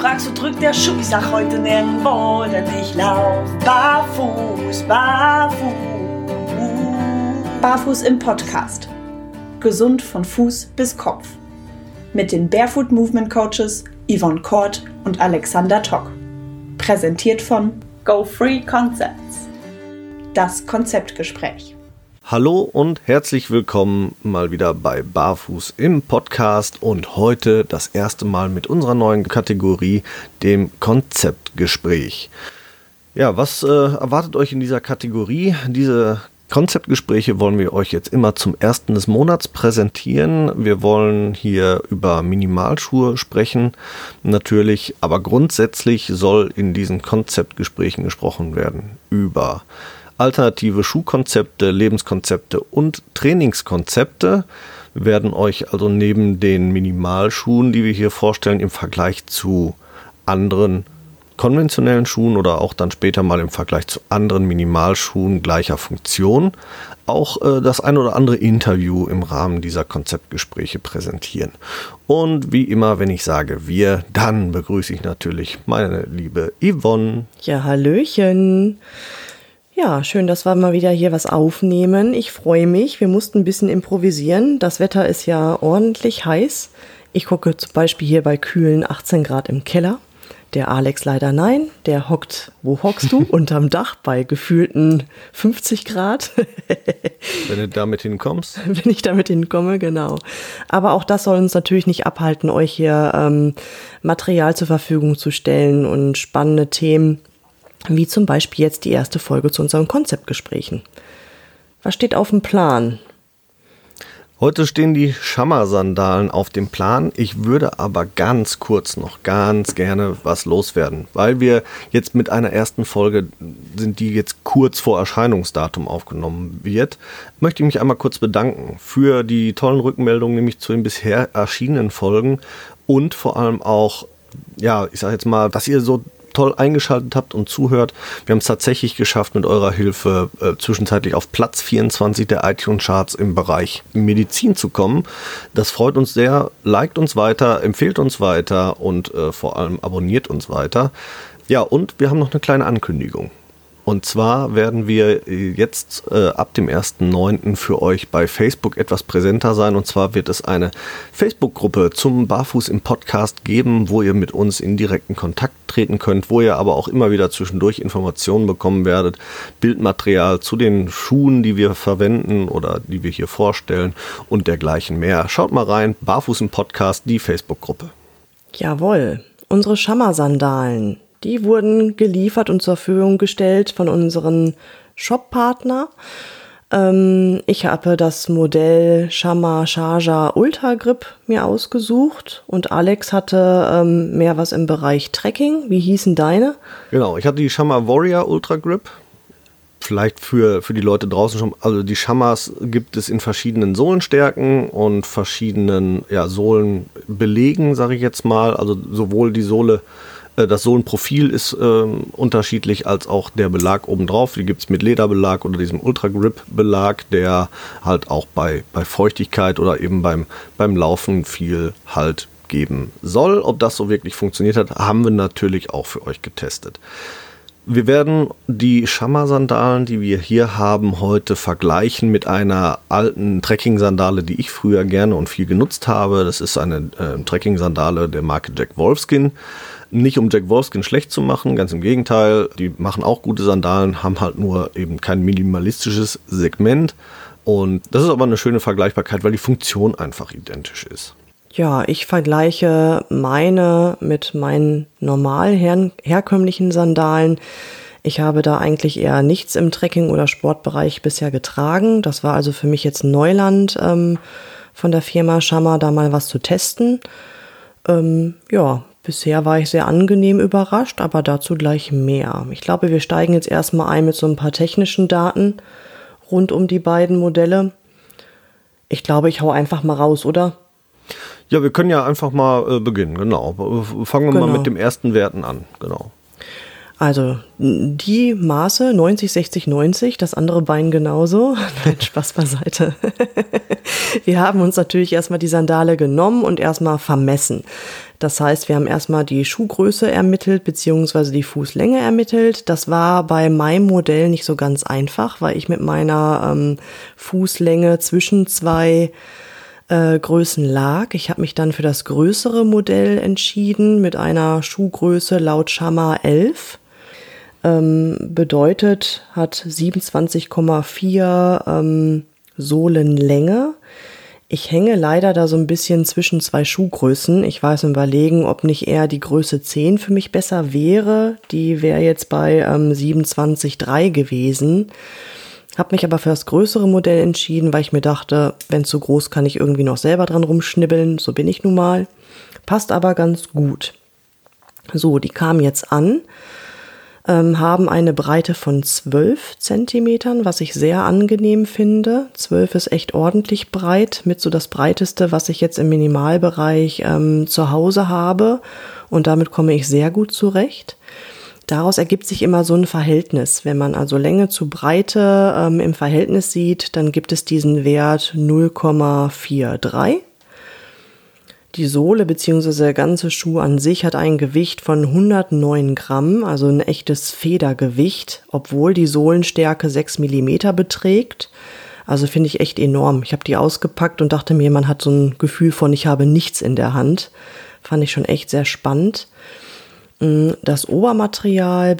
fragst, wo drückt der Schuh? Ich sag heute nirgendwo, denn ich lauf barfuß, barfuß. Barfuß im Podcast. Gesund von Fuß bis Kopf. Mit den Barefoot Movement Coaches Yvonne Kort und Alexander Tock. Präsentiert von Go Free Concepts. Das Konzeptgespräch. Hallo und herzlich willkommen mal wieder bei Barfuß im Podcast und heute das erste Mal mit unserer neuen Kategorie, dem Konzeptgespräch. Ja, was erwartet euch in dieser Kategorie? Diese Konzeptgespräche wollen wir euch jetzt immer zum 1. des Monats präsentieren. Wir wollen hier über Minimalschuhe sprechen, natürlich, aber grundsätzlich soll in diesen Konzeptgesprächen gesprochen werden über alternative Schuhkonzepte, Lebenskonzepte und Trainingskonzepte. Wir werden euch also neben den Minimalschuhen, die wir hier vorstellen, im Vergleich zu anderen konventionellen Schuhen oder auch dann später mal im Vergleich zu anderen Minimalschuhen gleicher Funktion auch das ein oder andere Interview im Rahmen dieser Konzeptgespräche präsentieren. Und wie immer, wenn ich sage wir, dann begrüße ich natürlich meine liebe Yvonne. Ja, hallöchen. Ja, schön, dass wir mal wieder hier was aufnehmen. Ich freue mich. Wir mussten ein bisschen improvisieren. Das Wetter ist ja ordentlich heiß. Ich gucke zum Beispiel hier bei kühlen 18 Grad im Keller. Der Alex leider nein. Der hockt, wo hockst du? Unterm Dach bei gefühlten 50 Grad. Wenn du damit hinkommst. Wenn ich damit hinkomme, genau. Aber auch das soll uns natürlich nicht abhalten, euch hier Material zur Verfügung zu stellen und spannende Themen, wie zum Beispiel jetzt die erste Folge zu unseren Konzeptgesprächen. Was steht auf dem Plan? Heute stehen die Shamma-Sandalen auf dem Plan. Ich würde aber ganz kurz noch ganz gerne was loswerden, weil wir jetzt mit einer ersten Folge sind, die jetzt kurz vor Erscheinungsdatum aufgenommen wird, möchte ich mich einmal kurz bedanken für die tollen Rückmeldungen, nämlich zu den bisher erschienenen Folgen und vor allem auch, ja, ich sage jetzt mal, dass ihr so toll eingeschaltet habt und zuhört. Wir haben es tatsächlich geschafft, mit eurer Hilfe zwischenzeitlich auf Platz 24 der iTunes-Charts im Bereich Medizin zu kommen. Das freut uns sehr. Liked uns weiter, empfehlt uns weiter und vor allem abonniert uns weiter. Ja, und wir haben noch eine kleine Ankündigung. Und zwar werden wir jetzt ab dem 1.9. für euch bei Facebook etwas präsenter sein. Und zwar wird es eine Facebook-Gruppe zum Barfuß im Podcast geben, wo ihr mit uns in direkten Kontakt treten könnt, wo ihr aber auch immer wieder zwischendurch Informationen bekommen werdet, Bildmaterial zu den Schuhen, die wir verwenden oder die wir hier vorstellen und dergleichen mehr. Schaut mal rein, Barfuß im Podcast, die Facebook-Gruppe. Jawohl, unsere Shamma-Sandalen. Die wurden geliefert und zur Verfügung gestellt von unseren Shop-Partner. Ich habe das Modell Shamma Charger Ultra Grip mir ausgesucht und Alex hatte mehr was im Bereich Trekking. Wie hießen deine? Genau, ich hatte die Shamma Warrior Ultra Grip. Vielleicht für die Leute draußen schon, also die Shammas gibt es in verschiedenen Sohlenstärken und verschiedenen Sohlenbelegen, sage ich jetzt mal. Also sowohl die Sohle, das Sohlenprofil ist unterschiedlich als auch der Belag obendrauf. Die gibt es mit Lederbelag oder diesem Ultra Grip Belag, der halt auch bei Feuchtigkeit oder eben beim Laufen viel Halt geben soll. Ob das so wirklich funktioniert hat, haben wir natürlich auch für euch getestet. Wir werden die Shamma-Sandalen, die wir hier haben, heute vergleichen mit einer alten Trekking-Sandale, die ich früher gerne und viel genutzt habe. Das ist eine Trekking-Sandale der Marke Jack Wolfskin. Nicht um Jack Wolfskin schlecht zu machen, ganz im Gegenteil. Die machen auch gute Sandalen, haben halt nur eben kein minimalistisches Segment. Und das ist aber eine schöne Vergleichbarkeit, weil die Funktion einfach identisch ist. Ja, ich vergleiche meine mit meinen normal herkömmlichen Sandalen. Ich habe da eigentlich eher nichts im Trekking- oder Sportbereich bisher getragen. Das war also für mich jetzt Neuland von der Firma Shamma, da mal was zu testen. Bisher war ich sehr angenehm überrascht, aber dazu gleich mehr. Ich glaube, wir steigen jetzt erstmal ein mit so ein paar technischen Daten rund um die beiden Modelle. Ich glaube, ich hau einfach mal raus, oder? Ja, wir können ja einfach mal beginnen, genau. Fangen wir mal mit dem ersten Werten an, genau. Also die Maße 90, 60, 90, das andere Bein genauso. Nein, Spaß beiseite. Wir haben uns natürlich erstmal die Sandale genommen und erstmal vermessen. Das heißt, wir haben erstmal die Schuhgröße ermittelt, beziehungsweise die Fußlänge ermittelt. Das war bei meinem Modell nicht so ganz einfach, weil ich mit meiner Fußlänge zwischen zwei Größen lag. Ich habe mich dann für das größere Modell entschieden mit einer Schuhgröße laut Shamar 11. Bedeutet, hat 27,4 Sohlenlänge. Ich hänge leider da so ein bisschen zwischen zwei Schuhgrößen. Ich weiß überlegen, ob nicht eher die Größe 10 für mich besser wäre. Die wäre jetzt bei 27,3 gewesen. Habe mich aber für das größere Modell entschieden, weil ich mir dachte, wenn zu groß, kann ich irgendwie noch selber dran rumschnibbeln. So bin ich nun mal. Passt aber ganz gut. So, die kamen jetzt an, haben eine Breite von 12 Zentimetern, was ich sehr angenehm finde. 12 ist echt ordentlich breit, mit so das breiteste, was ich jetzt im Minimalbereich zu Hause habe. Und damit komme ich sehr gut zurecht. Daraus ergibt sich immer so ein Verhältnis. Wenn man also Länge zu Breite im Verhältnis sieht, dann gibt es diesen Wert 0,43. Die Sohle bzw. der ganze Schuh an sich hat ein Gewicht von 109 Gramm, also ein echtes Federgewicht, obwohl die Sohlenstärke 6 Millimeter beträgt. Also finde ich echt enorm. Ich habe die ausgepackt und dachte mir, man hat so ein Gefühl von, ich habe nichts in der Hand. Fand ich schon echt sehr spannend. Das Obermaterial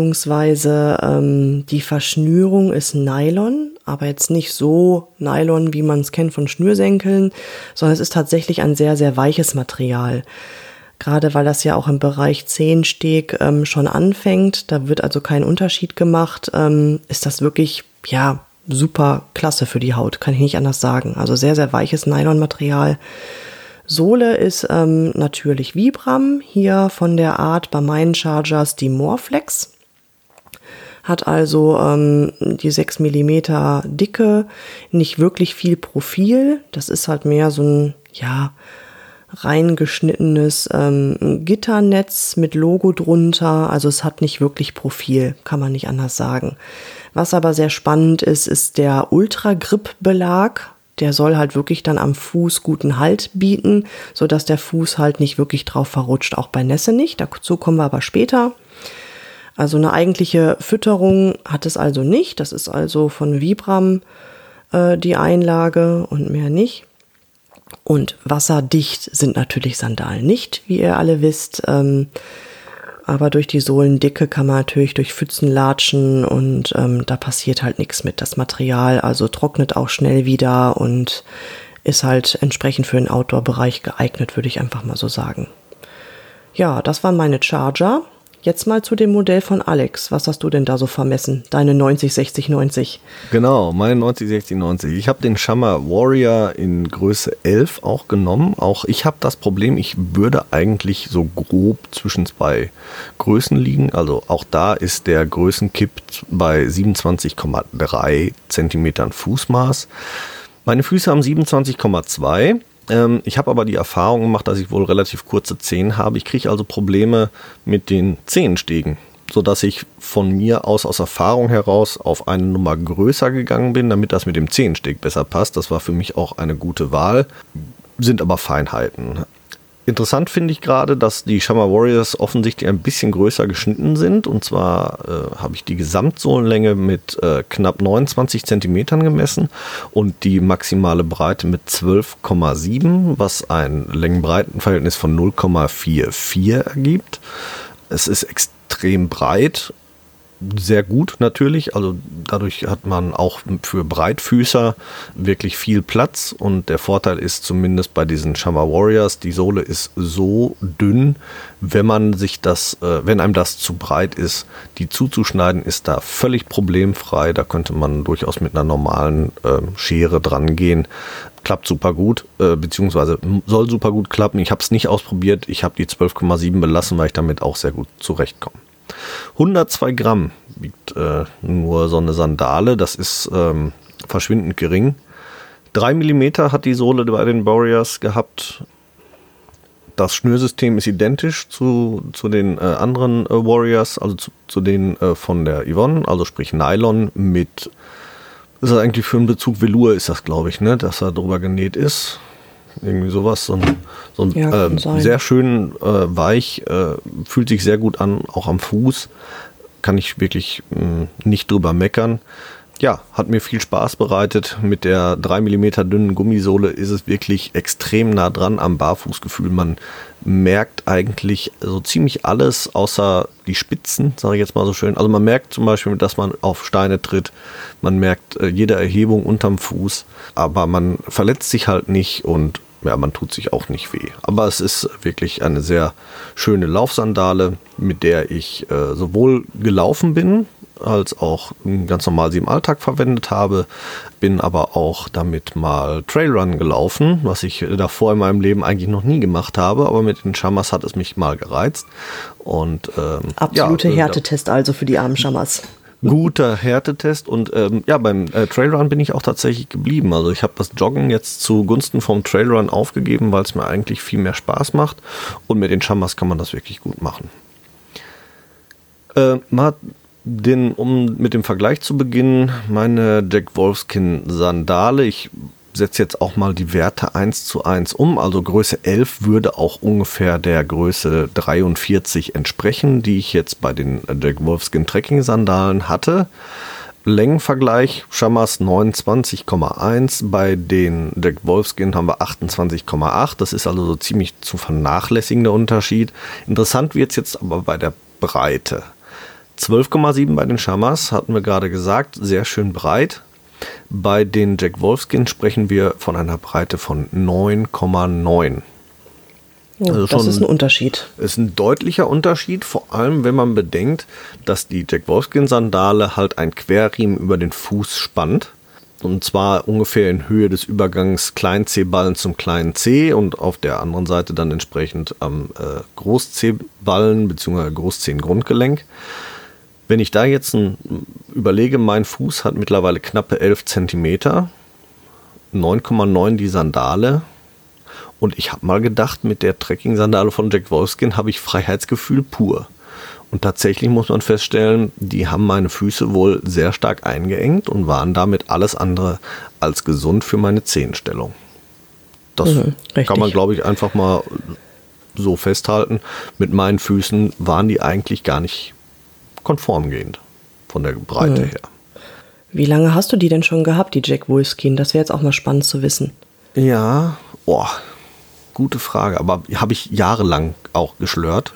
bzw. die Verschnürung ist Nylon, aber jetzt nicht so Nylon, wie man es kennt von Schnürsenkeln, sondern es ist tatsächlich ein sehr, sehr weiches Material. Gerade weil das ja auch im Bereich Zehensteg schon anfängt, da wird also kein Unterschied gemacht, ist das wirklich, ja, super klasse für die Haut, kann ich nicht anders sagen. Also sehr, sehr weiches Nylonmaterial. Sohle ist natürlich Vibram, hier von der Art bei meinen Chargers die Moreflex. Hat also die 6 mm Dicke, nicht wirklich viel Profil. Das ist halt mehr so ein, ja, reingeschnittenes Gitternetz mit Logo drunter. Also es hat nicht wirklich Profil, kann man nicht anders sagen. Was aber sehr spannend ist, ist der Ultra-Grip-Belag. Der soll halt wirklich dann am Fuß guten Halt bieten, sodass der Fuß halt nicht wirklich drauf verrutscht, auch bei Nässe nicht. Dazu kommen wir aber später. Also eine eigentliche Fütterung hat es also nicht. Das ist also von Vibram die Einlage und mehr nicht. Und wasserdicht sind natürlich Sandalen nicht, wie ihr alle wisst. Aber durch die Sohlendicke kann man natürlich durch Pfützen latschen und da passiert halt nichts mit. Das Material also trocknet auch schnell wieder und ist halt entsprechend für den Outdoor-Bereich geeignet, würde ich einfach mal so sagen. Ja, das waren meine Charger. Jetzt mal zu dem Modell von Alex. Was hast du denn da so vermessen? Deine 90-60-90. Genau, meine 90-60-90. Ich habe den Shamar Warrior in Größe 11 auch genommen. Auch ich habe das Problem, ich würde eigentlich so grob zwischen zwei Größen liegen. Also auch da ist der Größenkipp bei 27,3 Zentimetern Fußmaß. Meine Füße haben 27,2. Ich habe aber die Erfahrung gemacht, dass ich wohl relativ kurze Zehen habe. Ich kriege also Probleme mit den Zehenstegen, sodass ich von mir aus Erfahrung heraus auf eine Nummer größer gegangen bin, damit das mit dem Zehensteg besser passt. Das war für mich auch eine gute Wahl, sind aber Feinheiten. Interessant finde ich gerade, dass die Shamar Warriors offensichtlich ein bisschen größer geschnitten sind. Und zwar habe ich die Gesamtsohlenlänge mit knapp 29 Zentimetern gemessen und die maximale Breite mit 12,7, was ein Längen-Breiten-Verhältnis von 0,44 ergibt. Es ist extrem breit. Sehr gut natürlich, also dadurch hat man auch für Breitfüßer wirklich viel Platz und der Vorteil ist zumindest bei diesen Shamar Warriors, die Sohle ist so dünn, wenn einem das zu breit ist, die zuzuschneiden ist da völlig problemfrei, da könnte man durchaus mit einer normalen Schere dran gehen. Klappt super gut, beziehungsweise soll super gut klappen. Ich habe es nicht ausprobiert, ich habe die 12,7 belassen, weil ich damit auch sehr gut zurechtkomme. 102 Gramm wiegt nur so eine Sandale, das ist verschwindend gering. 3 mm hat die Sohle bei den Warriors gehabt. Das Schnürsystem ist identisch zu den anderen Warriors, also zu denen von der Yvonne, also sprich Nylon mit, ist das eigentlich für einen Bezug Velour ist das, glaube ich, ne, dass er drüber genäht ist. irgendwie sowas. So ein kann sein. sehr schön weich, fühlt sich sehr gut an, auch am Fuß. Kann ich wirklich nicht drüber meckern. Ja, hat mir viel Spaß bereitet. Mit der 3 mm dünnen Gummisohle ist es wirklich extrem nah dran am Barfußgefühl. Man merkt eigentlich so ziemlich alles, außer die Spitzen, sage ich jetzt mal so schön. Also man merkt zum Beispiel, dass man auf Steine tritt. Man merkt jede Erhebung unterm Fuß. Aber man verletzt sich halt nicht und ja, man tut sich auch nicht weh. Aber es ist wirklich eine sehr schöne Laufsandale, mit der ich sowohl gelaufen bin, als auch ganz normal sie im Alltag verwendet habe, bin aber auch damit mal Trailrun gelaufen, was ich davor in meinem Leben eigentlich noch nie gemacht habe, aber mit den Chamas hat es mich mal gereizt. Und absolute Härtetest also für die armen Chamas. Guter Härtetest und beim Trailrun bin ich auch tatsächlich geblieben. Also ich habe das Joggen jetzt zugunsten vom Trailrun aufgegeben, weil es mir eigentlich viel mehr Spaß macht und mit den Chamas kann man das wirklich gut machen. Um mit dem Vergleich zu beginnen, meine Jack Wolfskin Sandale, ich setze jetzt auch mal die Werte 1:1 um, also Größe 11 würde auch ungefähr der Größe 43 entsprechen, die ich jetzt bei den Jack Wolfskin Trekking Sandalen hatte. Längenvergleich, Chamas 29,1, bei den Jack Wolfskin haben wir 28,8, das ist also so ziemlich zu vernachlässigender Unterschied. Interessant wird es jetzt aber bei der Breite. 12,7 bei den Chamas, hatten wir gerade gesagt, sehr schön breit. Bei den Jack Wolfskin sprechen wir von einer Breite von 9,9. Oh, also das ist ein Unterschied. Ist ein deutlicher Unterschied, vor allem wenn man bedenkt, dass die Jack Wolfskin Sandale halt ein Querriemen über den Fuß spannt. Und zwar ungefähr in Höhe des Übergangs Klein-C-Ballen zum kleinen C und auf der anderen Seite dann entsprechend am Groß-C-Ballen bzw. Groß-C-Grundgelenk. Wenn ich da jetzt überlege, mein Fuß hat mittlerweile knappe 11 cm, 9,9 die Sandale und ich habe mal gedacht, mit der Trekking-Sandale von Jack Wolfskin habe ich Freiheitsgefühl pur. Und tatsächlich muss man feststellen, die haben meine Füße wohl sehr stark eingeengt und waren damit alles andere als gesund für meine Zehenstellung. Das kann man, glaube ich, einfach mal so festhalten. Mit meinen Füßen waren die eigentlich gar nicht konformgehend von der Breite her. Wie lange hast du die denn schon gehabt, die Jack Wolfskin? Das wäre jetzt auch mal spannend zu wissen. Ja, gute Frage. Aber habe ich jahrelang auch geschlört.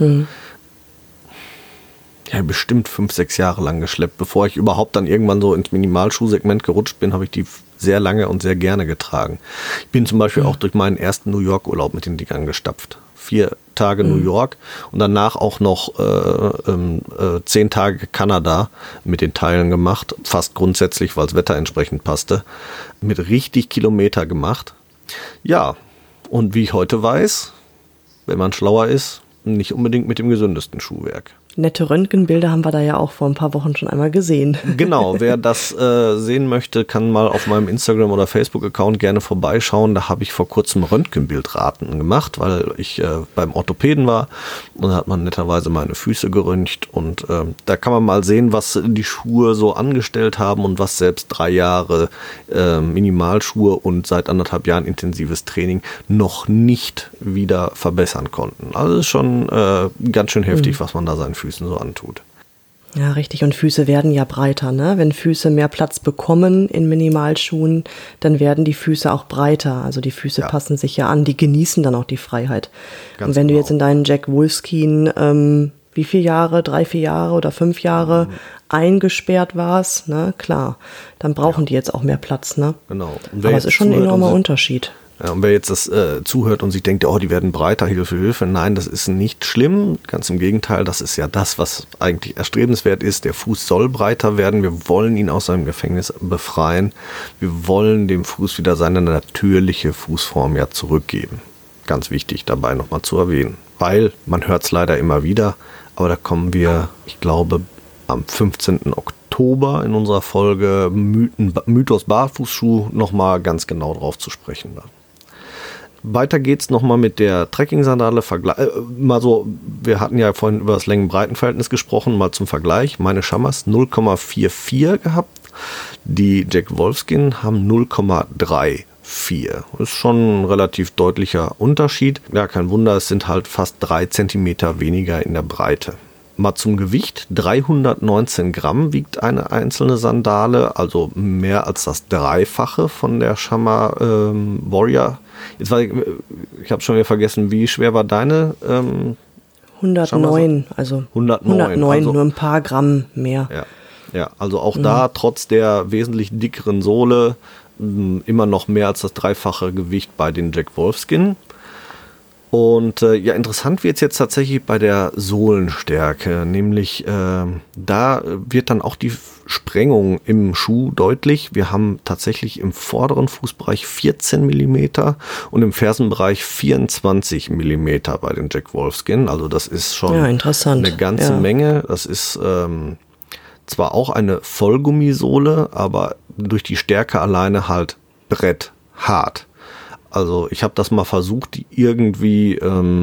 Ja, bestimmt 5-6 Jahre lang geschleppt. Bevor ich überhaupt dann irgendwann so ins Minimalschuhsegment gerutscht bin, habe ich die sehr lange und sehr gerne getragen. Ich bin zum Beispiel auch durch meinen ersten New York Urlaub mit den Dingern gestapft. 4 Tage New York und danach auch noch 10 Tage Kanada mit den Teilen gemacht. Fast grundsätzlich, weil das Wetter entsprechend passte. Mit richtig Kilometer gemacht. Ja, und wie ich heute weiß, wenn man schlauer ist, nicht unbedingt mit dem gesündesten Schuhwerk. Nette Röntgenbilder haben wir da ja auch vor ein paar Wochen schon einmal gesehen. Genau, wer das sehen möchte, kann mal auf meinem Instagram- oder Facebook-Account gerne vorbeischauen. Da habe ich vor kurzem Röntgenbildraten gemacht, weil ich beim Orthopäden war und da hat man netterweise meine Füße geröntgt und da kann man mal sehen, was die Schuhe so angestellt haben und was selbst 3 Jahre Minimalschuhe und seit 1,5 Jahren intensives Training noch nicht wieder verbessern konnten. Also ist schon ganz schön heftig, was man da seinen Füßen so antut. Ja, richtig. Und Füße werden ja breiter, ne? Wenn Füße mehr Platz bekommen in Minimalschuhen, dann werden die Füße auch breiter. Also die Füße passen sich ja an, die genießen dann auch die Freiheit. Und wenn du jetzt in deinen Jack Wolfskin, wie viele Jahre, 3-4 Jahre oder 5 Jahre eingesperrt warst, ne? Klar, dann brauchen die jetzt auch mehr Platz, ne? Genau. Aber es ist schon ein enormer Unterschied. Ja, und wer jetzt das zuhört und sich denkt, die werden breiter, Hilfe, Hilfe. Nein, das ist nicht schlimm. Ganz im Gegenteil, das ist ja das, was eigentlich erstrebenswert ist. Der Fuß soll breiter werden. Wir wollen ihn aus seinem Gefängnis befreien. Wir wollen dem Fuß wieder seine natürliche Fußform ja zurückgeben. Ganz wichtig dabei nochmal zu erwähnen. Weil, man hört es leider immer wieder, aber da kommen wir, ich glaube, am 15. Oktober in unserer Folge Mythos Barfußschuh nochmal ganz genau drauf zu sprechen. Weiter geht's nochmal mit der Trekking-Sandale. Wir hatten ja vorhin über das Längen-Breiten-Verhältnis gesprochen, mal zum Vergleich. Meine Chamas 0,44 gehabt. Die Jack Wolfskin haben 0,34 4. Ist schon ein relativ deutlicher Unterschied. Ja, kein Wunder, es sind halt fast 3 Zentimeter weniger in der Breite. Mal zum Gewicht. 319 Gramm wiegt eine einzelne Sandale, also mehr als das Dreifache von der Shamar Warrior. Jetzt ich habe schon wieder vergessen, wie schwer war deine 109, also 109, also nur ein paar Gramm mehr. Ja, also auch da, trotz der wesentlich dickeren Sohle, immer noch mehr als das dreifache Gewicht bei den Jack Wolfskin. Und interessant wird es jetzt tatsächlich bei der Sohlenstärke, nämlich da wird dann auch die Sprengung im Schuh deutlich. Wir haben tatsächlich im vorderen Fußbereich 14 mm und im Fersenbereich 24 mm bei den Jack Wolfskin. Also das ist schon eine ganze Menge. Das ist zwar auch eine Vollgummisohle, aber durch die Stärke alleine halt bretthart. Also ich habe das mal versucht, die irgendwie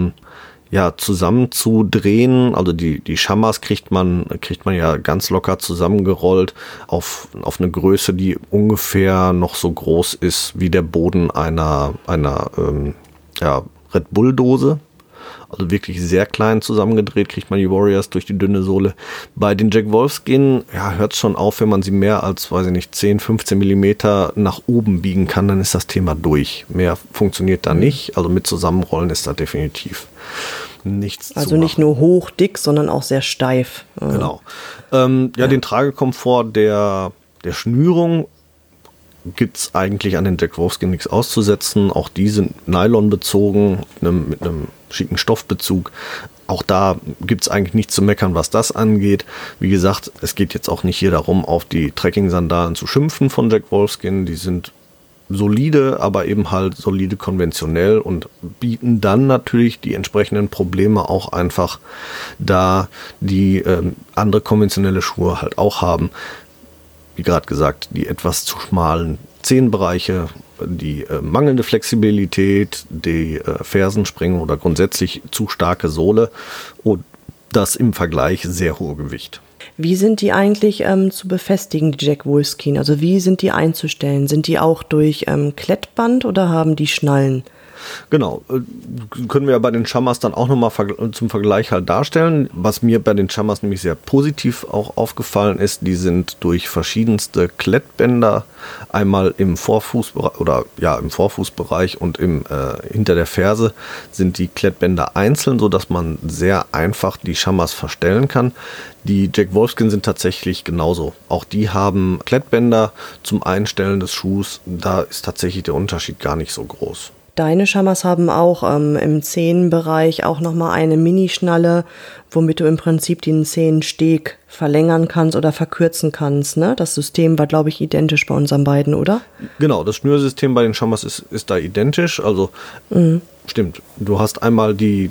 zusammenzudrehen. Also die Shamars kriegt man ja ganz locker zusammengerollt auf eine Größe, die ungefähr noch so groß ist wie der Boden einer Red Bull Dose. Also wirklich sehr klein zusammengedreht kriegt man die Warriors durch die dünne Sohle. Bei den Jack Wolfskin, hört es schon auf, wenn man sie mehr als, 10, 15 Millimeter nach oben biegen kann, dann ist das Thema durch. Mehr funktioniert da nicht. Also mit Zusammenrollen ist da definitiv nichts zu machen. Also nicht nur hoch, dick, sondern auch sehr steif. Genau. Den Tragekomfort der Schnürung gibt es eigentlich an den Jack Wolfskin nichts auszusetzen. Auch die sind Nylon bezogen, mit einem schicken Stoffbezug. Auch da gibt es eigentlich nichts zu meckern, was das angeht. Wie gesagt, es geht jetzt auch nicht hier darum, auf die Trekking-Sandalen zu schimpfen von Jack Wolfskin. Die sind solide, aber eben halt solide konventionell und bieten dann natürlich die entsprechenden Probleme auch einfach, da die andere konventionelle Schuhe halt auch haben. Wie gerade gesagt, die etwas zu schmalen Zehenbereiche, die mangelnde Flexibilität, die Fersensprengung oder grundsätzlich zu starke Sohle und das im Vergleich sehr hohe Gewicht. Wie sind die eigentlich zu befestigen, die Jack Wolfskin? Also wie sind die einzustellen? Sind die auch durch Klettband oder haben die Schnallen? Genau, können wir ja bei den Shamars dann auch nochmal zum Vergleich halt darstellen. Was mir bei den Shamars nämlich sehr positiv auch aufgefallen ist, die sind durch verschiedenste Klettbänder einmal im Vorfußbereich und hinter der Ferse sind die Klettbänder einzeln, sodass man sehr einfach die Shamars verstellen kann. Die Jack Wolfskin sind tatsächlich genauso. Auch die haben Klettbänder zum Einstellen des Schuhs. Da ist tatsächlich der Unterschied gar nicht so groß. Deine Shamars haben auch im Zehenbereich auch nochmal eine Minischnalle, womit du im Prinzip den Zehensteg verlängern kannst oder verkürzen kannst. Ne? Das System war, glaube ich, identisch bei unseren beiden, oder? Genau, das Schnürsystem bei den Shamars ist da identisch. Also stimmt, du hast einmal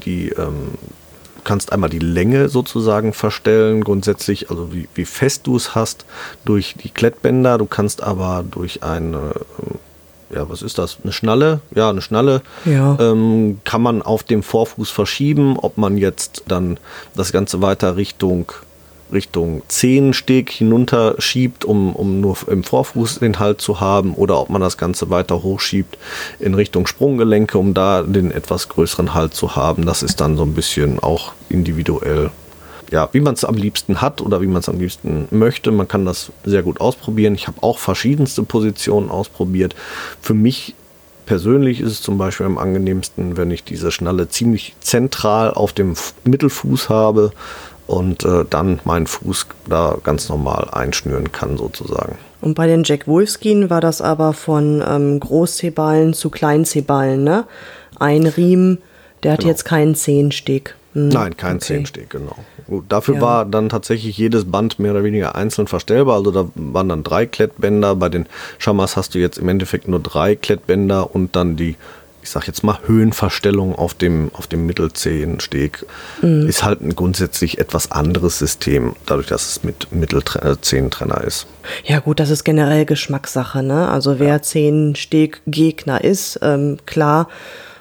kannst einmal die Länge sozusagen verstellen, grundsätzlich, also wie fest du es hast durch die Klettbänder. Du kannst aber durch eine was ist das? Eine Schnalle? Ja, eine Schnalle. Ja. Kann man auf dem Vorfuß verschieben, ob man jetzt dann das Ganze weiter Richtung Zehensteg hinunterschiebt, um nur im Vorfuß den Halt zu haben, oder ob man das Ganze weiter hochschiebt in Richtung Sprunggelenke, um da den etwas größeren Halt zu haben. Das ist dann so ein bisschen auch individuell. Ja, wie man es am liebsten hat oder wie man es am liebsten möchte. Man kann das sehr gut ausprobieren. Ich habe auch verschiedenste Positionen ausprobiert. Für mich persönlich ist es zum Beispiel am angenehmsten, wenn ich diese Schnalle ziemlich zentral auf dem Mittelfuß habe und dann meinen Fuß da ganz normal einschnüren kann sozusagen. Und bei den Jack Wolfskin war das aber von Großzehballen zu Kleinzehballen, ne? Ein Riemen, der hat jetzt keinen Zehensteg. Nein, kein Zehensteg, genau. Gut, dafür war dann tatsächlich jedes Band mehr oder weniger einzeln verstellbar. Also da waren dann 3 Klettbänder. Bei den Shamars hast du jetzt im Endeffekt nur 3 Klettbänder und dann die, ich sag jetzt mal, Höhenverstellung auf dem Mittelzehensteg. Ist halt ein grundsätzlich etwas anderes System, dadurch, dass es mit Mittelzehentrenner ist. Ja gut, das ist generell Geschmackssache, ne? Also wer Zehensteg-Gegner ist, klar,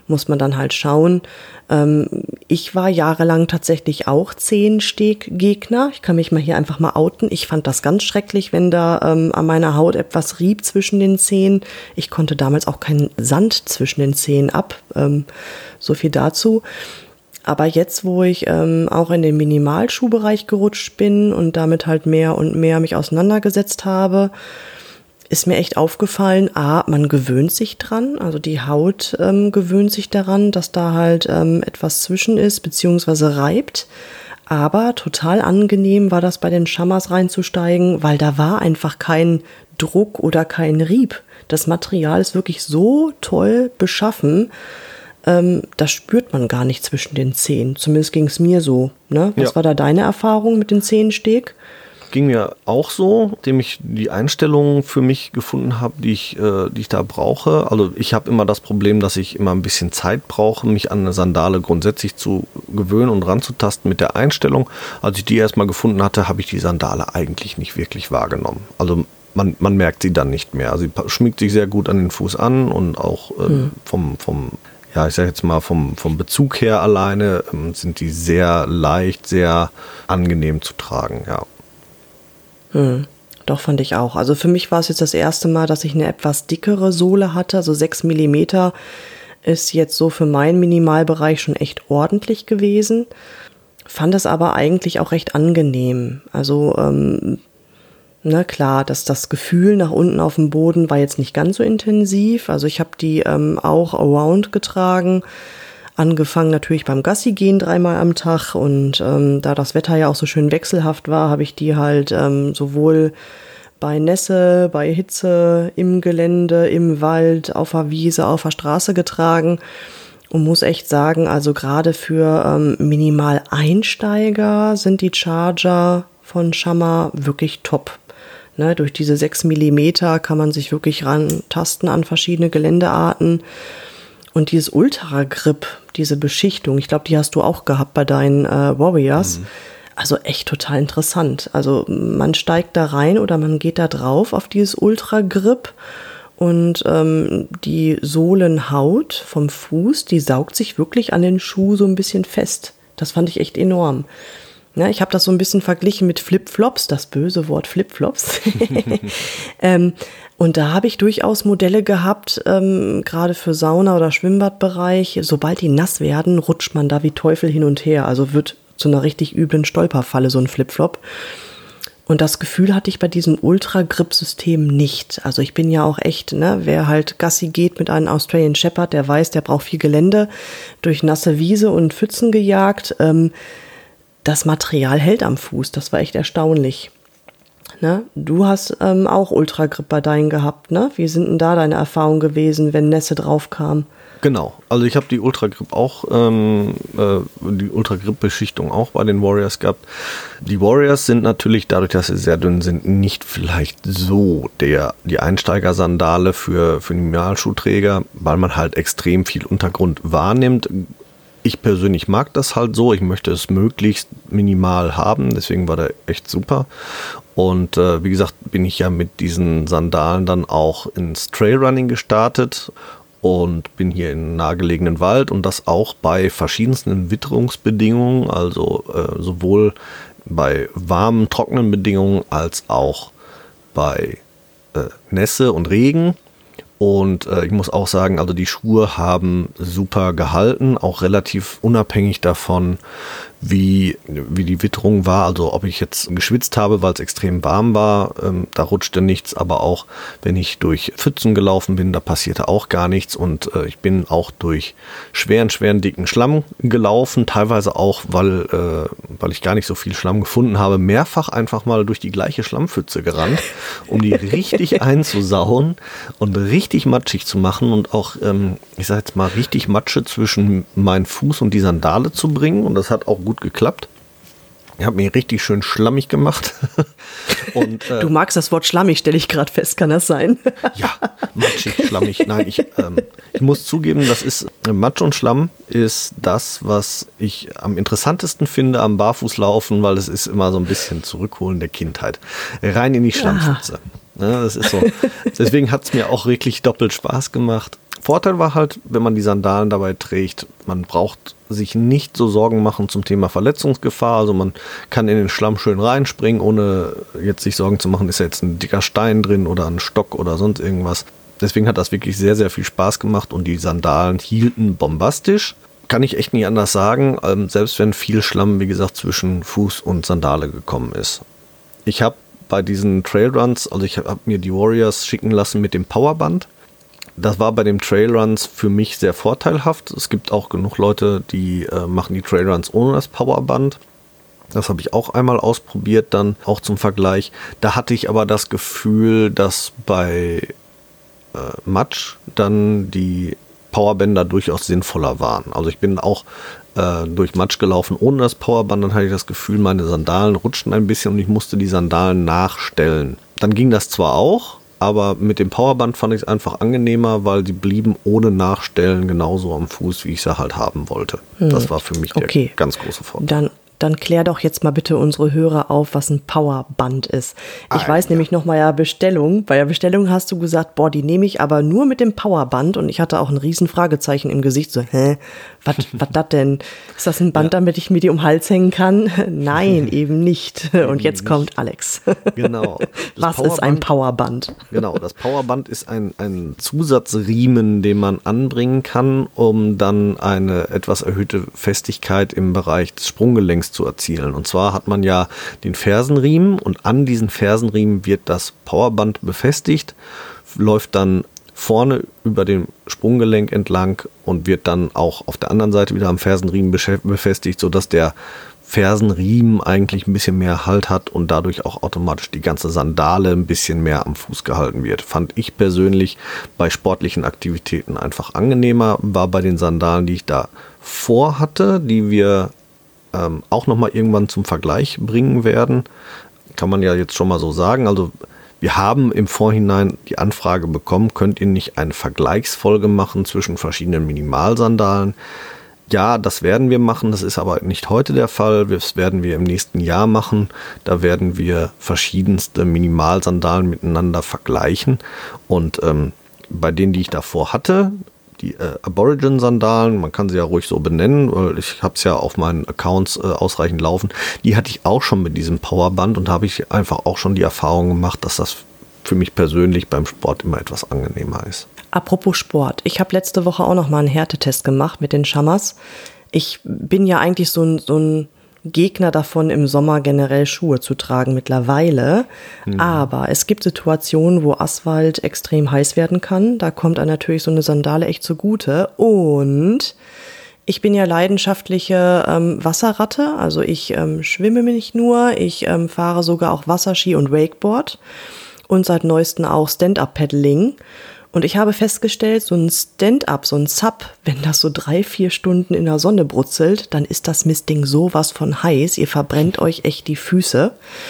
muss man dann halt schauen. Ich war jahrelang tatsächlich auch Zehensteg-Gegner. Ich kann mich mal hier einfach mal outen. Ich fand das ganz schrecklich, wenn da an meiner Haut etwas rieb zwischen den Zehen. Ich konnte damals auch keinen Sand zwischen den Zehen ab. So viel dazu. Aber jetzt, wo ich auch in den Minimalschuhbereich gerutscht bin und damit halt mehr und mehr mich auseinandergesetzt habe, ist mir echt aufgefallen, man gewöhnt sich dran, also die Haut gewöhnt sich daran, dass da halt etwas zwischen ist, beziehungsweise reibt. Aber total angenehm war das bei den Chamas reinzusteigen, weil da war einfach kein Druck oder kein Rieb. Das Material ist wirklich so toll beschaffen, das spürt man gar nicht zwischen den Zehen. Zumindest ging es mir so. Ne? Was war da deine Erfahrung mit den Zehensteg? Ging mir auch so, indem ich die Einstellungen für mich gefunden habe, die ich da brauche. Also ich habe immer das Problem, dass ich immer ein bisschen Zeit brauche, mich an eine Sandale grundsätzlich zu gewöhnen und ranzutasten mit der Einstellung. Als ich die erstmal gefunden hatte, habe ich die Sandale eigentlich nicht wirklich wahrgenommen. Also man merkt sie dann nicht mehr. Also sie schmiegt sich sehr gut an den Fuß an und auch ich sage jetzt mal vom Bezug her alleine sind die sehr leicht, sehr angenehm zu tragen, ja. Doch, fand ich auch. Also für mich war es jetzt das erste Mal, dass ich eine etwas dickere Sohle hatte. Also 6 mm ist jetzt so für meinen Minimalbereich schon echt ordentlich gewesen. Fand es aber eigentlich auch recht angenehm. Also, klar, dass das Gefühl nach unten auf dem Boden war jetzt nicht ganz so intensiv. Also ich habe die auch around getragen. Angefangen natürlich beim Gassi gehen 3-mal am Tag und da das Wetter ja auch so schön wechselhaft war, habe ich die halt sowohl bei Nässe, bei Hitze, im Gelände, im Wald, auf der Wiese, auf der Straße getragen und muss echt sagen, also gerade für Minimal-Einsteiger sind die Charger von Chama wirklich top. Ne, durch diese 6 mm kann man sich wirklich rantasten an verschiedene Geländearten. Und dieses Ultra-Grip, diese Beschichtung, ich glaube, die hast du auch gehabt bei deinen Warriors. Also echt total interessant. Also man steigt da rein oder man geht da drauf auf dieses Ultra-Grip und die Sohlenhaut vom Fuß, die saugt sich wirklich an den Schuh so ein bisschen fest. Das fand ich echt enorm. Ja, ich habe das so ein bisschen verglichen mit Flip-Flops, das böse Wort Flip-Flops. Und da habe ich durchaus Modelle gehabt, gerade für Sauna- oder Schwimmbadbereich. Sobald die nass werden, rutscht man da wie Teufel hin und her. Also wird zu einer richtig üblen Stolperfalle so ein Flip-Flop. Und das Gefühl hatte ich bei diesem Ultra-Grip-System nicht. Also ich bin ja auch echt, wer halt Gassi geht mit einem Australian Shepherd, der weiß, der braucht viel Gelände, durch nasse Wiese und Pfützen gejagt. Das Material hält am Fuß, das war echt erstaunlich. Ne? Du hast auch Ultra-Grip bei deinen gehabt, ne? Wie sind denn da deine Erfahrungen gewesen, wenn Nässe drauf kam? Genau, also ich habe die Ultra-Grip auch, die Ultra-Grip-Beschichtung auch bei den Warriors gehabt. Die Warriors sind natürlich, dadurch, dass sie sehr dünn sind, nicht vielleicht so die Einsteigersandale für Minimalschuhträger, weil man halt extrem viel Untergrund wahrnimmt. Ich persönlich mag das halt so, ich möchte es möglichst minimal haben, deswegen war der echt super. Und wie gesagt, bin ich ja mit diesen Sandalen dann auch ins Trailrunning gestartet und bin hier in nahegelegenen Wald und das auch bei verschiedensten Witterungsbedingungen, also sowohl bei warmen, trockenen Bedingungen als auch bei Nässe und Regen. Und ich muss auch sagen, also die Schuhe haben super gehalten, auch relativ unabhängig davon, wie die Witterung war. Also ob ich jetzt geschwitzt habe, weil es extrem warm war, da rutschte nichts. Aber auch wenn ich durch Pfützen gelaufen bin, da passierte auch gar nichts. Und ich bin auch durch schweren, dicken Schlamm gelaufen. Teilweise auch, weil ich gar nicht so viel Schlamm gefunden habe, mehrfach einfach mal durch die gleiche Schlammpfütze gerannt, um die richtig einzusauen und richtig matschig zu machen und auch, ich sag jetzt mal, richtig Matsche zwischen meinen Fuß und die Sandale zu bringen. Und das hat auch gut geklappt. Ich habe mich richtig schön schlammig gemacht. Und, du magst das Wort schlammig, stelle ich gerade fest, kann das sein? Ja, matschig, schlammig. Nein, ich muss zugeben, das ist Matsch und Schlamm ist das, was ich am interessantesten finde am Barfußlaufen, weil es ist immer so ein bisschen Zurückholen der Kindheit. Rein in die Schlammpfütze. Ja, das ist so. Deswegen hat es mir auch wirklich doppelt Spaß gemacht. Vorteil war halt, wenn man die Sandalen dabei trägt, man braucht sich nicht so Sorgen machen zum Thema Verletzungsgefahr. Also man kann in den Schlamm schön reinspringen, ohne jetzt sich Sorgen zu machen, ist ja jetzt ein dicker Stein drin oder ein Stock oder sonst irgendwas. Deswegen hat das wirklich sehr, sehr viel Spaß gemacht und die Sandalen hielten bombastisch. Kann ich echt nicht anders sagen, selbst wenn viel Schlamm, wie gesagt, zwischen Fuß und Sandale gekommen ist. Ich habe bei diesen Trailruns, also ich habe mir die Warriors schicken lassen mit dem Powerband. Das war bei den Trailruns für mich sehr vorteilhaft. Es gibt auch genug Leute, die machen die Trailruns ohne das Powerband. Das habe ich auch einmal ausprobiert, dann auch zum Vergleich. Da hatte ich aber das Gefühl, dass bei Matsch dann die Powerbänder durchaus sinnvoller waren. Also ich bin auch durch Matsch gelaufen ohne das Powerband, dann hatte ich das Gefühl, meine Sandalen rutschten ein bisschen und ich musste die Sandalen nachstellen. Dann ging das zwar auch, aber mit dem Powerband fand ich es einfach angenehmer, weil sie blieben ohne Nachstellen genauso am Fuß, wie ich sie halt haben wollte. Das war für mich der ganz große Vorteil. Dann klär doch jetzt mal bitte unsere Hörer auf, was ein Powerband ist. Ich weiß nämlich noch mal Bestellung. Bei der Bestellung hast du gesagt, boah, die nehme ich aber nur mit dem Powerband. Und ich hatte auch ein riesen Fragezeichen im Gesicht. So, was das denn? Ist das ein Band, damit ich mir die um den Hals hängen kann? Nein, eben nicht. Und jetzt kommt Alex. Genau. Was ist ein Powerband? Genau, das Powerband ist ein Zusatzriemen, den man anbringen kann, um dann eine etwas erhöhte Festigkeit im Bereich des Sprunggelenks zu erzielen. Und zwar hat man ja den Fersenriemen und an diesen Fersenriemen wird das Powerband befestigt, läuft dann vorne über dem Sprunggelenk entlang und wird dann auch auf der anderen Seite wieder am Fersenriemen befestigt, sodass der Fersenriemen eigentlich ein bisschen mehr Halt hat und dadurch auch automatisch die ganze Sandale ein bisschen mehr am Fuß gehalten wird. Fand ich persönlich bei sportlichen Aktivitäten einfach angenehmer, war bei den Sandalen, die ich da vorhatte, die wir auch nochmal irgendwann zum Vergleich bringen werden. Kann man ja jetzt schon mal so sagen. Also wir haben im Vorhinein die Anfrage bekommen, könnt ihr nicht eine Vergleichsfolge machen zwischen verschiedenen Minimalsandalen? Ja, das werden wir machen. Das ist aber nicht heute der Fall. Das werden wir im nächsten Jahr machen. Da werden wir verschiedenste Minimalsandalen miteinander vergleichen. Und bei denen, die ich davor hatte, die Aborigin-Sandalen, man kann sie ja ruhig so benennen, weil ich habe es ja auf meinen Accounts ausreichend laufen, die hatte ich auch schon mit diesem Powerband und habe ich einfach auch schon die Erfahrung gemacht, dass das für mich persönlich beim Sport immer etwas angenehmer ist. Apropos Sport, ich habe letzte Woche auch noch mal einen Härtetest gemacht mit den Chamas. Ich bin ja eigentlich so ein Gegner davon, im Sommer generell Schuhe zu tragen mittlerweile. Aber es gibt Situationen, wo Asphalt extrem heiß werden kann. Da kommt einem natürlich so eine Sandale echt zugute. Und ich bin ja leidenschaftliche Wasserratte. Also ich schwimme nicht nur, ich fahre sogar auch Wasserski und Wakeboard. Und seit neuestem auch Stand-Up-Paddling. Und ich habe festgestellt, so ein Stand-Up, so ein Sub, wenn das so 3-4 Stunden in der Sonne brutzelt, dann ist das Mistding sowas von heiß. Ihr verbrennt euch echt die Füße.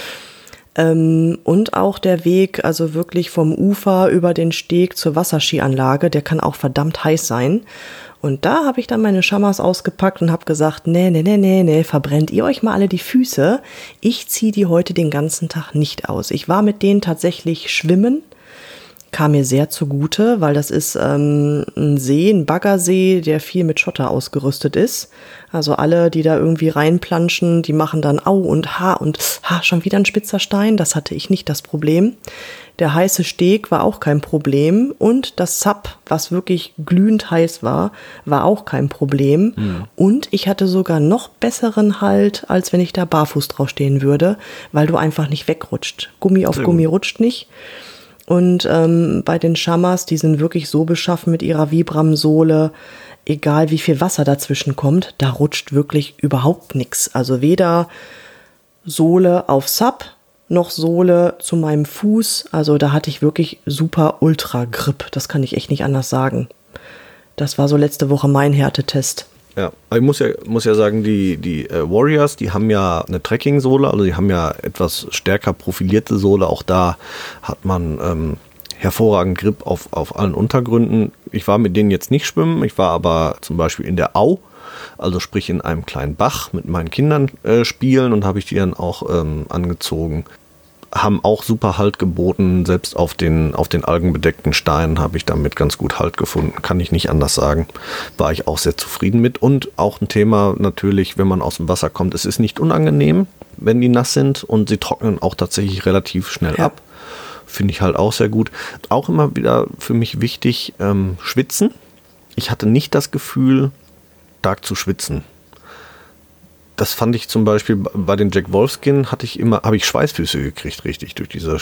Und auch der Weg, also wirklich vom Ufer über den Steg zur Wasserskianlage, der kann auch verdammt heiß sein. Und da habe ich dann meine Chamas ausgepackt und habe gesagt, nee, verbrennt ihr euch mal alle die Füße. Ich ziehe die heute den ganzen Tag nicht aus. Ich war mit denen tatsächlich schwimmen. Kam mir sehr zugute, weil das ist ein See, ein Baggersee, der viel mit Schotter ausgerüstet ist. Also alle, die da irgendwie reinplanschen, die machen dann Au und Ha, schon wieder ein spitzer Stein. Das hatte ich nicht, das Problem. Der heiße Steg war auch kein Problem und das Sub, was wirklich glühend heiß war auch kein Problem. Und ich hatte sogar noch besseren Halt, als wenn ich da barfuß drauf stehen würde, weil du einfach nicht wegrutscht. Gummi auf Gummi rutscht nicht. Und bei den Chamas, die sind wirklich so beschaffen mit ihrer Vibram-Sohle, egal wie viel Wasser dazwischen kommt, da rutscht wirklich überhaupt nichts. Also weder Sohle auf Sub, noch Sohle zu meinem Fuß. Also da hatte ich wirklich super Ultra-Grip. Das kann ich echt nicht anders sagen. Das war so letzte Woche mein Härtetest. Ja, ich muss ja sagen, die Warriors, die haben ja eine Trekking-Sohle, also die haben ja etwas stärker profilierte Sohle. Auch da hat man hervorragend Grip auf allen Untergründen. Ich war mit denen jetzt nicht schwimmen, ich war aber zum Beispiel in der Au, also sprich in einem kleinen Bach mit meinen Kindern spielen und habe ich die dann auch angezogen. haben auch super Halt geboten. Selbst auf den algenbedeckten Steinen habe ich damit ganz gut Halt gefunden. Kann ich nicht anders sagen. War ich auch sehr zufrieden mit. Und auch ein Thema natürlich, wenn man aus dem Wasser kommt. Es ist nicht unangenehm, wenn die nass sind. Und sie trocknen auch tatsächlich relativ schnell ab. Finde ich halt auch sehr gut. Auch immer wieder für mich wichtig, schwitzen. Ich hatte nicht das Gefühl, stark zu schwitzen. Das fand ich zum Beispiel bei den Jack Wolfskin habe ich Schweißfüße gekriegt, richtig, durch diese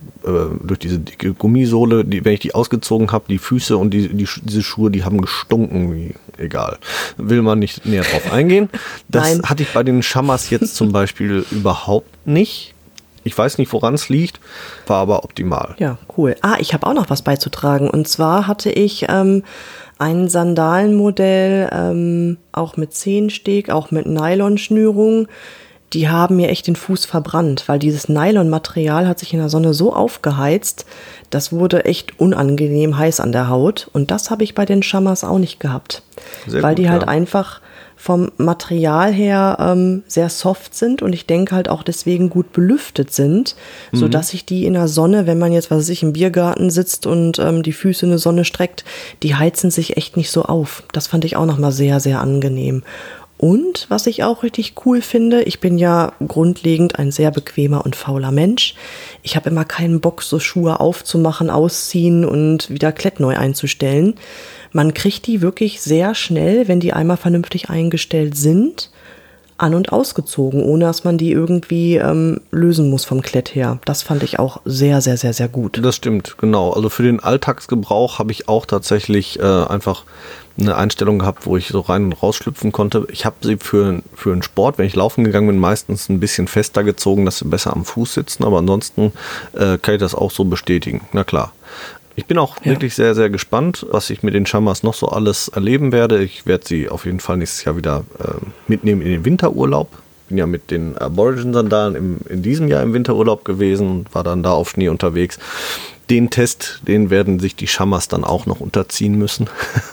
dicke Gummisohle, wenn ich die ausgezogen habe, die Füße und diese Schuhe, die haben gestunken, egal. Will man nicht näher drauf eingehen. Das hatte ich bei den Chamas jetzt zum Beispiel überhaupt nicht. Ich weiß nicht, woran es liegt, war aber optimal. Ja, cool. Ich habe auch noch was beizutragen. Und zwar hatte ich ein Sandalenmodell, auch mit Zehensteg, auch mit Nylonschnürung. Die haben mir echt den Fuß verbrannt, weil dieses Nylonmaterial hat sich in der Sonne so aufgeheizt, das wurde echt unangenehm heiß an der Haut. Und das habe ich bei den Chamas auch nicht gehabt. Sehr weil gut, die halt einfach vom Material her sehr soft sind und ich denke halt auch deswegen gut belüftet sind, sodass sich die in der Sonne, wenn man jetzt, was weiß ich, im Biergarten sitzt und die Füße in die Sonne streckt, die heizen sich echt nicht so auf. Das fand ich auch nochmal sehr, sehr angenehm. Und was ich auch richtig cool finde, ich bin ja grundlegend ein sehr bequemer und fauler Mensch. Ich habe immer keinen Bock, so Schuhe aufzumachen, ausziehen und wieder klettneu einzustellen. Man kriegt die wirklich sehr schnell, wenn die einmal vernünftig eingestellt sind, an- und ausgezogen, ohne dass man die irgendwie lösen muss vom Klett her. Das fand ich auch sehr, sehr, sehr, sehr gut. Das stimmt, genau. Also für den Alltagsgebrauch habe ich auch tatsächlich einfach eine Einstellung gehabt, wo ich so rein und rausschlüpfen konnte. Ich habe sie für einen Sport, wenn ich laufen gegangen bin, meistens ein bisschen fester gezogen, dass sie besser am Fuß sitzen, aber ansonsten kann ich das auch so bestätigen. Na klar. Ich bin auch wirklich sehr, sehr gespannt, was ich mit den Chamas noch so alles erleben werde. Ich werde sie auf jeden Fall nächstes Jahr wieder mitnehmen in den Winterurlaub. Bin ja mit den Aborigin-Sandalen in diesem Jahr im Winterurlaub gewesen und war dann da auf Schnee unterwegs. Den Test, den werden sich die Chamas dann auch noch unterziehen müssen.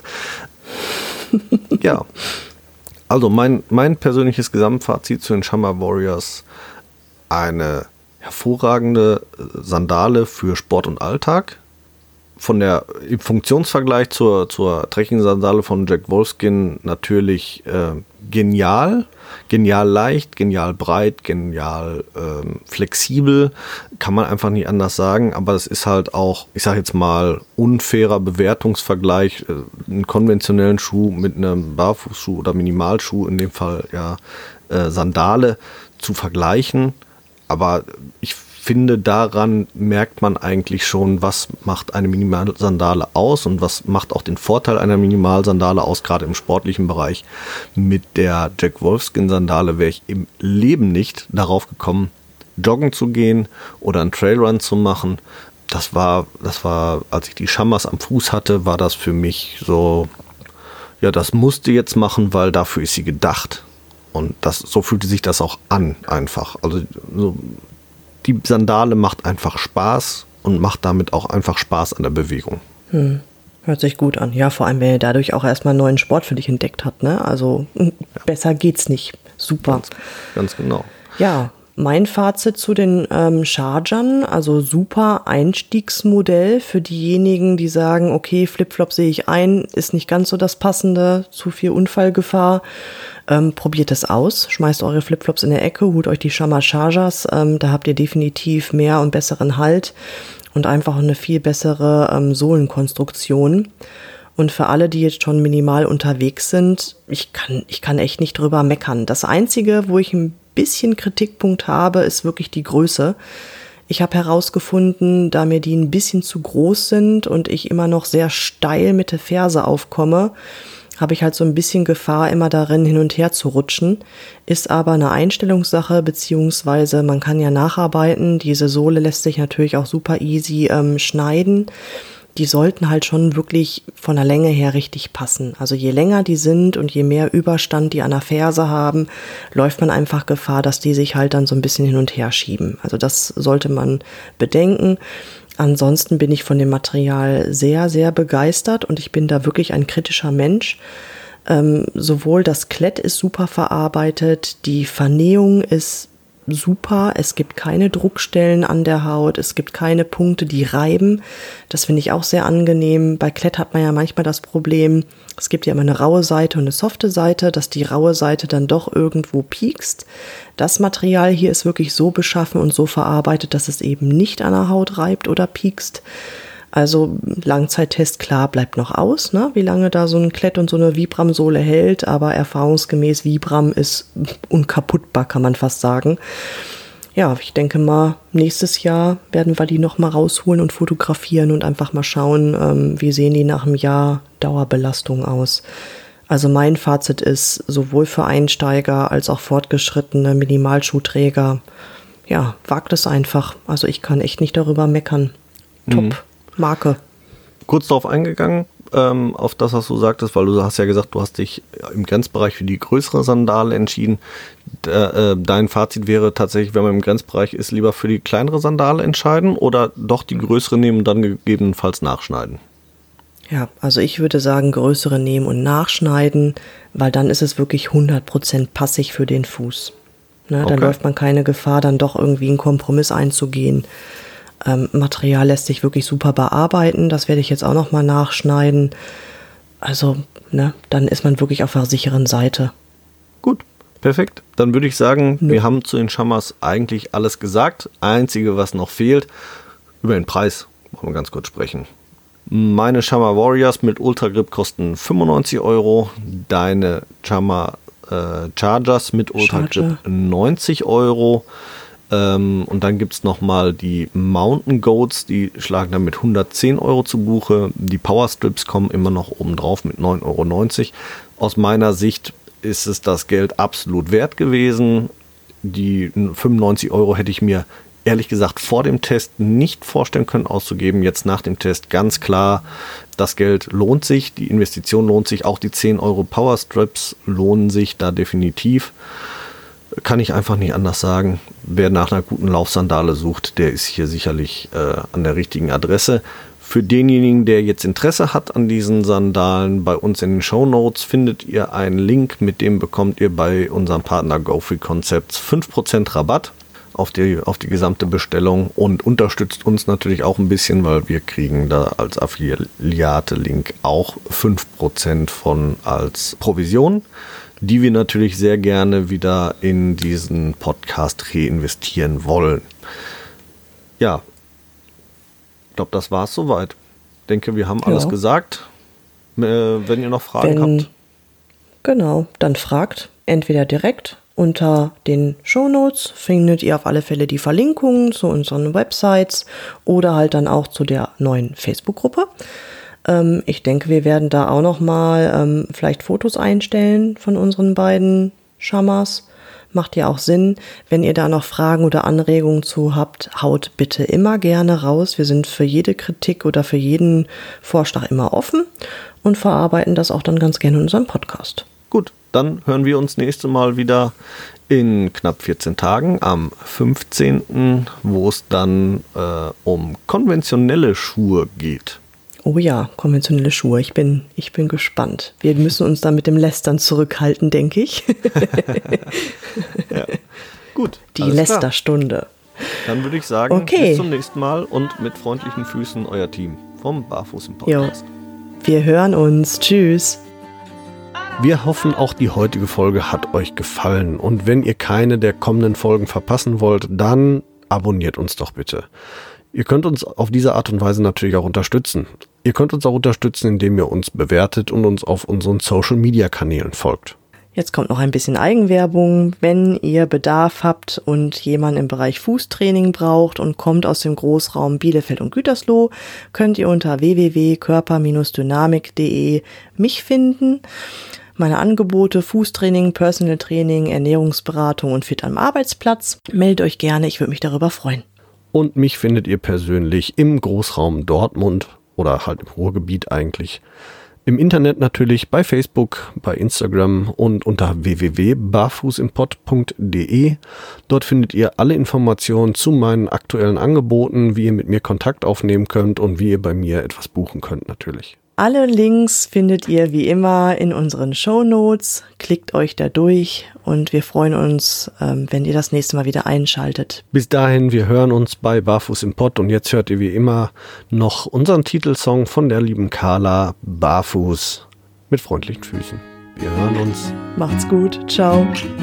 Ja, also mein persönliches Gesamtfazit zu den Chama Warriors: eine hervorragende Sandale für Sport und Alltag. Im Funktionsvergleich zur Trekking-Sandale von Jack Wolfskin natürlich genial. Genial leicht, genial breit, genial flexibel. Kann man einfach nicht anders sagen. Aber es ist halt auch, ich sage jetzt mal, unfairer Bewertungsvergleich. Einen konventionellen Schuh mit einem Barfußschuh oder Minimalschuh, in dem Fall Sandale, zu vergleichen. Aber ich finde, daran merkt man eigentlich schon, was macht eine Minimalsandale aus und was macht auch den Vorteil einer Minimalsandale aus, gerade im sportlichen Bereich. Mit der Jack Wolfskin Sandale wäre ich im Leben nicht darauf gekommen, joggen zu gehen oder einen Trailrun zu machen. Das war, als ich die Chamas am Fuß hatte, war das für mich so, ja, das musste jetzt machen, weil dafür ist sie gedacht. Und so fühlte sich das auch an, einfach. Also so, die Sandale macht einfach Spaß und macht damit auch einfach Spaß an der Bewegung. Hört sich gut an. Ja, vor allem, wenn ihr dadurch auch erstmal einen neuen Sport für dich entdeckt habt, ne? Also besser geht's nicht. Super. Ganz genau. Ja, mein Fazit zu den Chargern, also super Einstiegsmodell für diejenigen, die sagen, okay, Flipflop sehe ich ein, ist nicht ganz so das Passende, zu viel Unfallgefahr. Probiert es aus, schmeißt eure Flipflops in der Ecke, holt euch die Chama Chargers, da habt ihr definitiv mehr und besseren Halt und einfach eine viel bessere Sohlenkonstruktion. Und für alle, die jetzt schon minimal unterwegs sind, ich kann echt nicht drüber meckern. Das Einzige, wo ich ein bisschen Kritikpunkt habe, ist wirklich die Größe. Ich habe herausgefunden, da mir die ein bisschen zu groß sind und ich immer noch sehr steil mit der Ferse aufkomme, habe ich halt so ein bisschen Gefahr, immer darin hin und her zu rutschen. Ist aber eine Einstellungssache, beziehungsweise man kann ja nacharbeiten. Diese Sohle lässt sich natürlich auch super easy schneiden. Die sollten halt schon wirklich von der Länge her richtig passen. Also je länger die sind und je mehr Überstand die an der Ferse haben, läuft man einfach Gefahr, dass die sich halt dann so ein bisschen hin und her schieben. Also das sollte man bedenken. Ansonsten bin ich von dem Material sehr, sehr begeistert und ich bin da wirklich ein kritischer Mensch. Sowohl das Klett ist super verarbeitet, die Vernähung ist super. Es gibt keine Druckstellen an der Haut. Es gibt keine Punkte, die reiben. Das finde ich auch sehr angenehm. Bei Klett hat man ja manchmal das Problem, es gibt ja immer eine raue Seite und eine softe Seite, dass die raue Seite dann doch irgendwo piekst. Das Material hier ist wirklich so beschaffen und so verarbeitet, dass es eben nicht an der Haut reibt oder piekst. Also Langzeittest, klar, bleibt noch aus, ne? Wie lange da so ein Klett und so eine Vibram-Sohle hält, aber erfahrungsgemäß Vibram ist unkaputtbar, kann man fast sagen. Ja, ich denke mal, nächstes Jahr werden wir die nochmal rausholen und fotografieren und einfach mal schauen, wie sehen die nach einem Jahr Dauerbelastung aus. Also mein Fazit ist, sowohl für Einsteiger als auch fortgeschrittene Minimalschuhträger, ja, wagt es einfach. Also ich kann echt nicht darüber meckern. Top. Marke. Kurz darauf eingegangen, auf das, was du sagtest, weil du hast ja gesagt, du hast dich im Grenzbereich für die größere Sandale entschieden. Dein Fazit wäre tatsächlich, wenn man im Grenzbereich ist, lieber für die kleinere Sandale entscheiden oder doch die größere nehmen und dann gegebenenfalls nachschneiden? Ja, also ich würde sagen, größere nehmen und nachschneiden, weil dann ist es wirklich 100% passig für den Fuß. Ne, okay. Dann läuft man keine Gefahr, dann doch irgendwie einen Kompromiss einzugehen. Material lässt sich wirklich super bearbeiten. Das werde ich jetzt auch nochmal nachschneiden. Also, ne, dann ist man wirklich auf der sicheren Seite. Gut, perfekt. Dann würde ich sagen, wir haben zu den Schammers eigentlich alles gesagt. Einzige, was noch fehlt, über den Preis wollen wir ganz kurz sprechen. Meine Shammer Warriors mit Ultra Grip kosten 95 €. Deine Shammer Chargers mit Ultra Grip 90 €. Und dann gibt es nochmal die Mountain Goats, die schlagen dann mit 110 € zu Buche. Die Power Strips kommen immer noch oben drauf mit 9,90 €. Aus meiner Sicht ist es das Geld absolut wert gewesen. Die 95 € hätte ich mir ehrlich gesagt vor dem Test nicht vorstellen können auszugeben. Jetzt nach dem Test ganz klar, das Geld lohnt sich, die Investition lohnt sich, auch die 10 € Power Strips lohnen sich da definitiv. Kann ich einfach nicht anders sagen. Wer nach einer guten Laufsandale sucht, der ist hier sicherlich an der richtigen Adresse. Für denjenigen, der jetzt Interesse hat an diesen Sandalen, bei uns in den Shownotes findet ihr einen Link, mit dem bekommt ihr bei unserem Partner Go-Free Concepts 5% Rabatt auf die gesamte Bestellung und unterstützt uns natürlich auch ein bisschen, weil wir kriegen da als Affiliate-Link auch 5% von als Provision, die wir natürlich sehr gerne wieder in diesen Podcast reinvestieren wollen. Ja, ich glaube, das war es soweit. Ich denke, wir haben alles gesagt. Wenn ihr noch Fragen habt. Genau, dann fragt entweder direkt. Unter den Shownotes findet ihr auf alle Fälle die Verlinkungen zu unseren Websites oder halt dann auch zu der neuen Facebook-Gruppe. Ich denke, wir werden da auch noch mal vielleicht Fotos einstellen von unseren beiden Shammers. Macht ja auch Sinn. Wenn ihr da noch Fragen oder Anregungen zu habt, haut bitte immer gerne raus. Wir sind für jede Kritik oder für jeden Vorschlag immer offen und verarbeiten das auch dann ganz gerne in unserem Podcast. Gut, dann hören wir uns nächste Mal wieder in knapp 14 Tagen am 15., wo es dann um konventionelle Schuhe geht. Oh ja, konventionelle Schuhe. Ich bin gespannt. Wir müssen uns dann mit dem Lästern zurückhalten, denke ich. Ja. Gut. Die Lästerstunde. Dann würde ich sagen, bis zum nächsten Mal und mit freundlichen Füßen euer Team vom Barfuß im Podcast. Jo. Wir hören uns. Tschüss. Wir hoffen, auch die heutige Folge hat euch gefallen. Und wenn ihr keine der kommenden Folgen verpassen wollt, dann abonniert uns doch bitte. Ihr könnt uns auf diese Art und Weise natürlich auch unterstützen. Ihr könnt uns auch unterstützen, indem ihr uns bewertet und uns auf unseren Social-Media-Kanälen folgt. Jetzt kommt noch ein bisschen Eigenwerbung. Wenn ihr Bedarf habt und jemanden im Bereich Fußtraining braucht und kommt aus dem Großraum Bielefeld und Gütersloh, könnt ihr unter www.körper-dynamik.de mich finden. Meine Angebote: Fußtraining, Personal Training, Ernährungsberatung und Fit am Arbeitsplatz. Meldet euch gerne, ich würde mich darüber freuen. Und mich findet ihr persönlich im Großraum Dortmund oder halt im Ruhrgebiet eigentlich. Im Internet natürlich, bei Facebook, bei Instagram und unter www.barfußimpod.de. Dort findet ihr alle Informationen zu meinen aktuellen Angeboten, wie ihr mit mir Kontakt aufnehmen könnt und wie ihr bei mir etwas buchen könnt natürlich. Alle Links findet ihr wie immer in unseren Shownotes. Klickt euch da durch und wir freuen uns, wenn ihr das nächste Mal wieder einschaltet. Bis dahin, wir hören uns bei Barfuß im Pott und jetzt hört ihr wie immer noch unseren Titelsong von der lieben Carla, Barfuß mit freundlichen Füßen. Wir hören uns. Macht's gut. Ciao.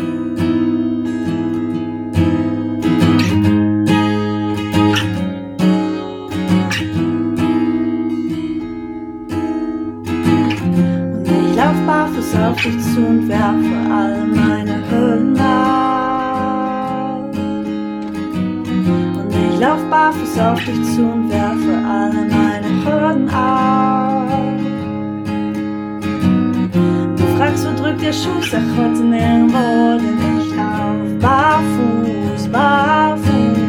Barfuß auf dich zu und werfe all meine Hürden ab. Und ich lauf barfuß auf dich zu und werfe alle meine Hürden ab. Du fragst, wo drückt der Schuh, sag heute nirgendwo, denn ich lauf barfuß, barfuß.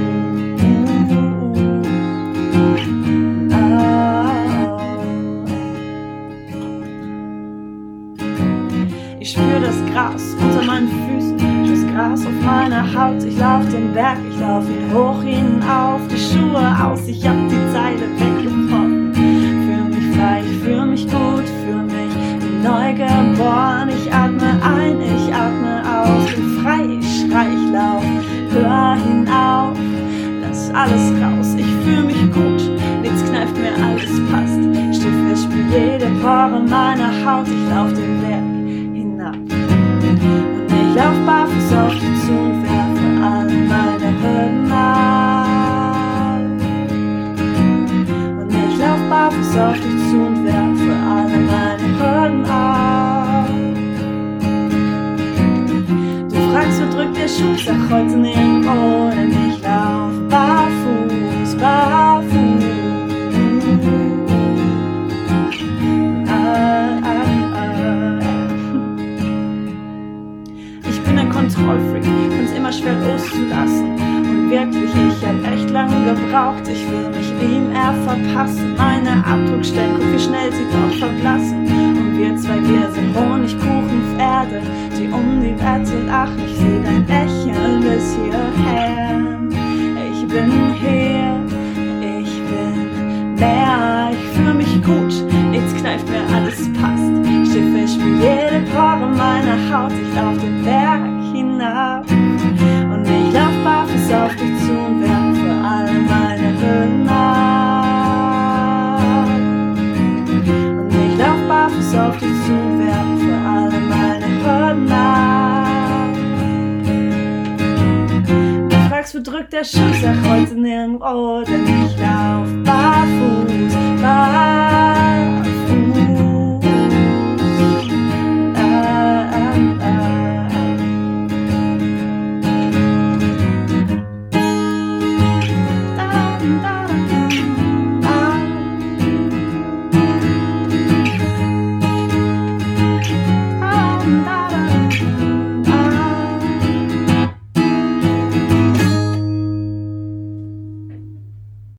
Ich spür das Gras unter meinen Füßen, das Gras auf meiner Haut. Ich lauf den Berg, ich lauf ihn hoch hinauf, die Schuhe aus, ich hab die Zeile weggeworfen. Fühl mich frei, ich fühl mich gut, fühl mich wie neu geboren. Ich atme ein, ich atme aus, bin frei, ich schrei, ich lauf, hör hinauf, lass alles raus. Ich fühl mich gut, nichts kneift mir, alles passt. Stift, ich spür jede Pore meiner Haut, ich lauf den Berg. Und ich lauf barfuß auf dich zu und werfe alle meine Hürden ab. Und ich lauf barfuß auf dich zu und werfe alle meine Hürden ab. Du fragst, wo drückt der Schuh, sag heute nirgendwo, denn ich lauf barfuß, barfuß. Kontrollfreak, find's immer schwer loszulassen. Und wirklich, ich hab echt lange gebraucht. Ich will mich ihm verpassen. Meine Abdruckstellen, guck wie schnell sie doch verblassen. Und wir zwei, wir sind Honigkuchenpferde, die um die Wette lachen. Ich seh dein Lächeln bis hierher. Ich bin hier, ich bin mehr. Ich fühl mich gut, nichts kneift mir, alles passt. Schiffe, ich spür jede Pore meiner Haut. Ich lauf den Berg hinab. Und ich lauf barfuß auf dich zu und werfe alle meine Hürden ab. Und ich lauf barfuß auf dich zu und werfe alle meine Hürden ab. Du fragst, wo drückt der Schuh, sag heute nirgendwo, denn ich lauf barfuß, barfuß.